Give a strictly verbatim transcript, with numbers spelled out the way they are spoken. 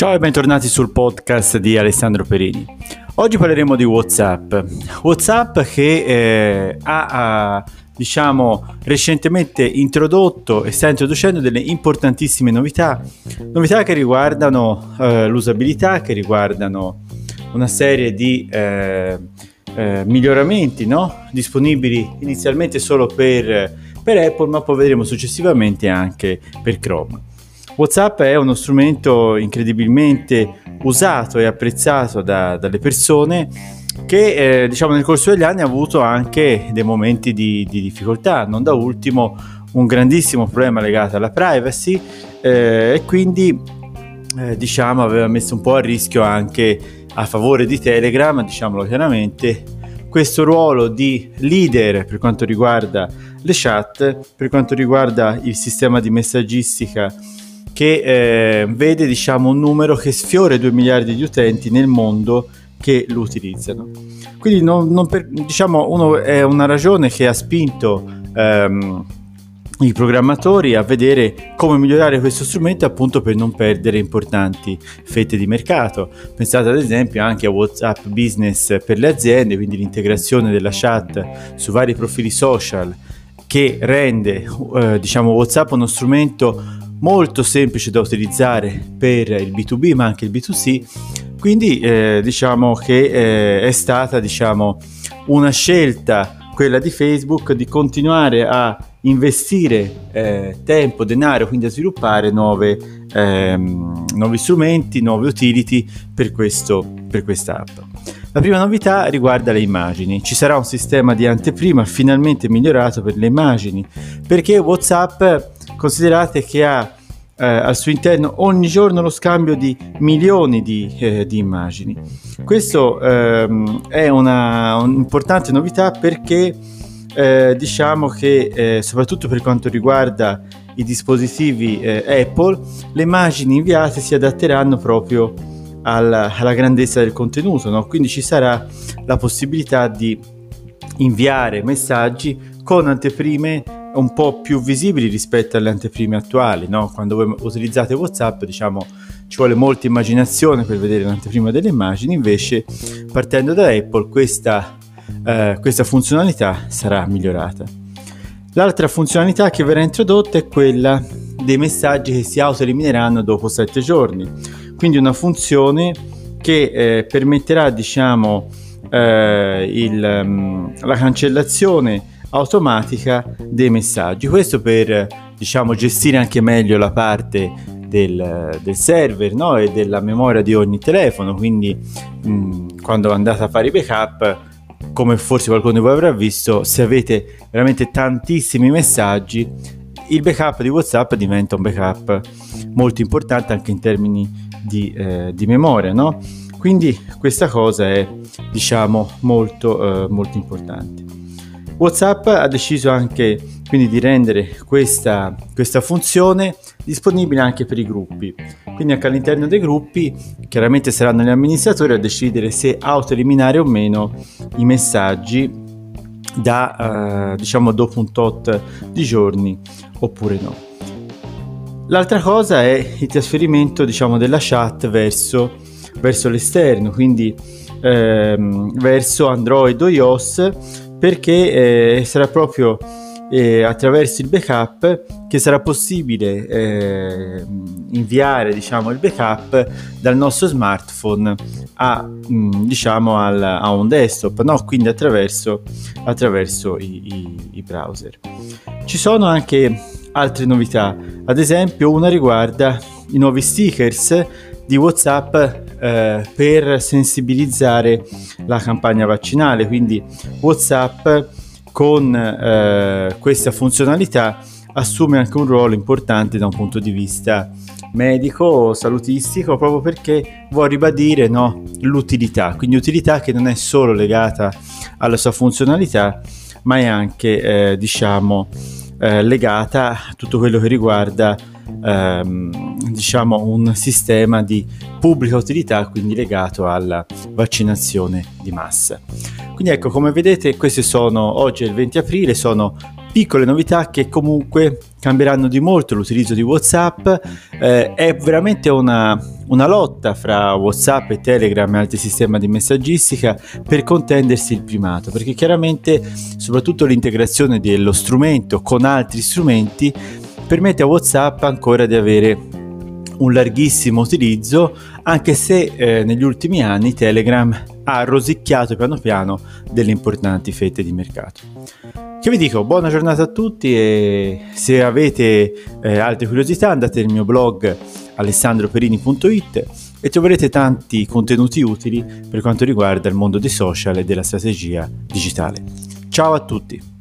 Ciao e bentornati sul podcast di Alessandro Perini. Oggi parleremo di WhatsApp. WhatsApp che eh, ha, ha diciamo recentemente introdotto e sta introducendo delle importantissime novità, novità che riguardano eh, l'usabilità, che riguardano una serie di eh, eh, miglioramenti, no? Disponibili inizialmente solo per, per Apple, ma poi vedremo successivamente anche per Chrome. WhatsApp è uno strumento incredibilmente usato e apprezzato da, dalle persone che eh, diciamo nel corso degli anni ha avuto anche dei momenti di, di difficoltà, non da ultimo un grandissimo problema legato alla privacy eh, e quindi eh, diciamo aveva messo un po' a rischio anche a favore di Telegram, diciamolo chiaramente, questo ruolo di leader per quanto riguarda le chat, per quanto riguarda il sistema di messaggistica che eh, vede diciamo un numero che sfiora i due miliardi di utenti nel mondo che lo utilizzano. Quindi non, non per, diciamo uno, è una ragione che ha spinto ehm, i programmatori a vedere come migliorare questo strumento, appunto per non perdere importanti fette di mercato. Pensate ad esempio anche a WhatsApp Business per le aziende, quindi l'integrazione della chat su vari profili social che rende eh, diciamo WhatsApp uno strumento molto semplice da utilizzare per il B due B ma anche il B due C, quindi eh, diciamo che eh, è stata diciamo una scelta quella di Facebook di continuare a investire eh, tempo, denaro, quindi a sviluppare nuove, ehm, nuovi strumenti, nuove utility per questo, per questa app. La prima novità riguarda le immagini. Ci sarà un sistema di anteprima finalmente migliorato per le immagini, perché WhatsApp, considerate che ha eh, al suo interno ogni giorno lo scambio di milioni di, eh, di immagini. Questo ehm, è una un'importante novità perché eh, diciamo che eh, soprattutto per quanto riguarda i dispositivi eh, Apple, le immagini inviate si adatteranno proprio alla, alla grandezza del contenuto, no? Quindi ci sarà la possibilità di inviare messaggi con anteprime un po' più visibili rispetto alle anteprime attuali, no? Quando voi utilizzate WhatsApp, diciamo, ci vuole molta immaginazione per vedere l'anteprima delle immagini, invece partendo da Apple questa, eh, questa funzionalità sarà migliorata. L'altra funzionalità che verrà introdotta è quella dei messaggi che si autoelimineranno dopo sette giorni, quindi una funzione che eh, permetterà diciamo eh, il, um, la cancellazione automatica dei messaggi, questo per diciamo gestire anche meglio la parte del, del server, no? E della memoria di ogni telefono, quindi mh, quando andate a fare i backup, come forse qualcuno di voi avrà visto, se avete veramente tantissimi messaggi, il backup di WhatsApp diventa un backup molto importante anche in termini di, eh, di memoria, no? Quindi questa cosa è diciamo molto, eh, molto importante. WhatsApp ha deciso anche quindi di rendere questa, questa funzione disponibile anche per i gruppi, quindi anche all'interno dei gruppi chiaramente saranno gli amministratori a decidere se auto-eliminare o meno i messaggi da eh, diciamo dopo un tot di giorni oppure no. L'altra cosa è il trasferimento diciamo della chat verso, verso l'esterno, quindi ehm, verso Android o iOS, perché eh, sarà proprio eh, attraverso il backup che sarà possibile eh, inviare diciamo il backup dal nostro smartphone a mh, diciamo al, a un desktop, no? Quindi attraverso, attraverso i, i, i browser. Ci sono anche altre novità, ad esempio una riguarda i nuovi stickers di WhatsApp eh, per sensibilizzare la campagna vaccinale, quindi WhatsApp con eh, questa funzionalità assume anche un ruolo importante da un punto di vista medico, salutistico, proprio perché vuol ribadire no, l'utilità, quindi utilità che non è solo legata alla sua funzionalità, ma è anche eh, diciamo eh, legata a tutto quello che riguarda ehm, diciamo un sistema di pubblica utilità, quindi legato alla vaccinazione di massa. Quindi ecco, come vedete, queste sono, oggi è il venti aprile, sono piccole novità che comunque cambieranno di molto l'utilizzo di WhatsApp. Eh, è veramente una, una lotta fra WhatsApp e Telegram e altri sistemi di messaggistica per contendersi il primato, perché chiaramente soprattutto l'integrazione dello strumento con altri strumenti permette a WhatsApp ancora di avere un larghissimo utilizzo, anche se eh, negli ultimi anni Telegram ha rosicchiato piano piano delle importanti fette di mercato. Che vi dico, buona giornata a tutti, e se avete eh, altre curiosità andate nel mio blog alessandro perini punto it e troverete tanti contenuti utili per quanto riguarda il mondo dei social e della strategia digitale. Ciao a tutti!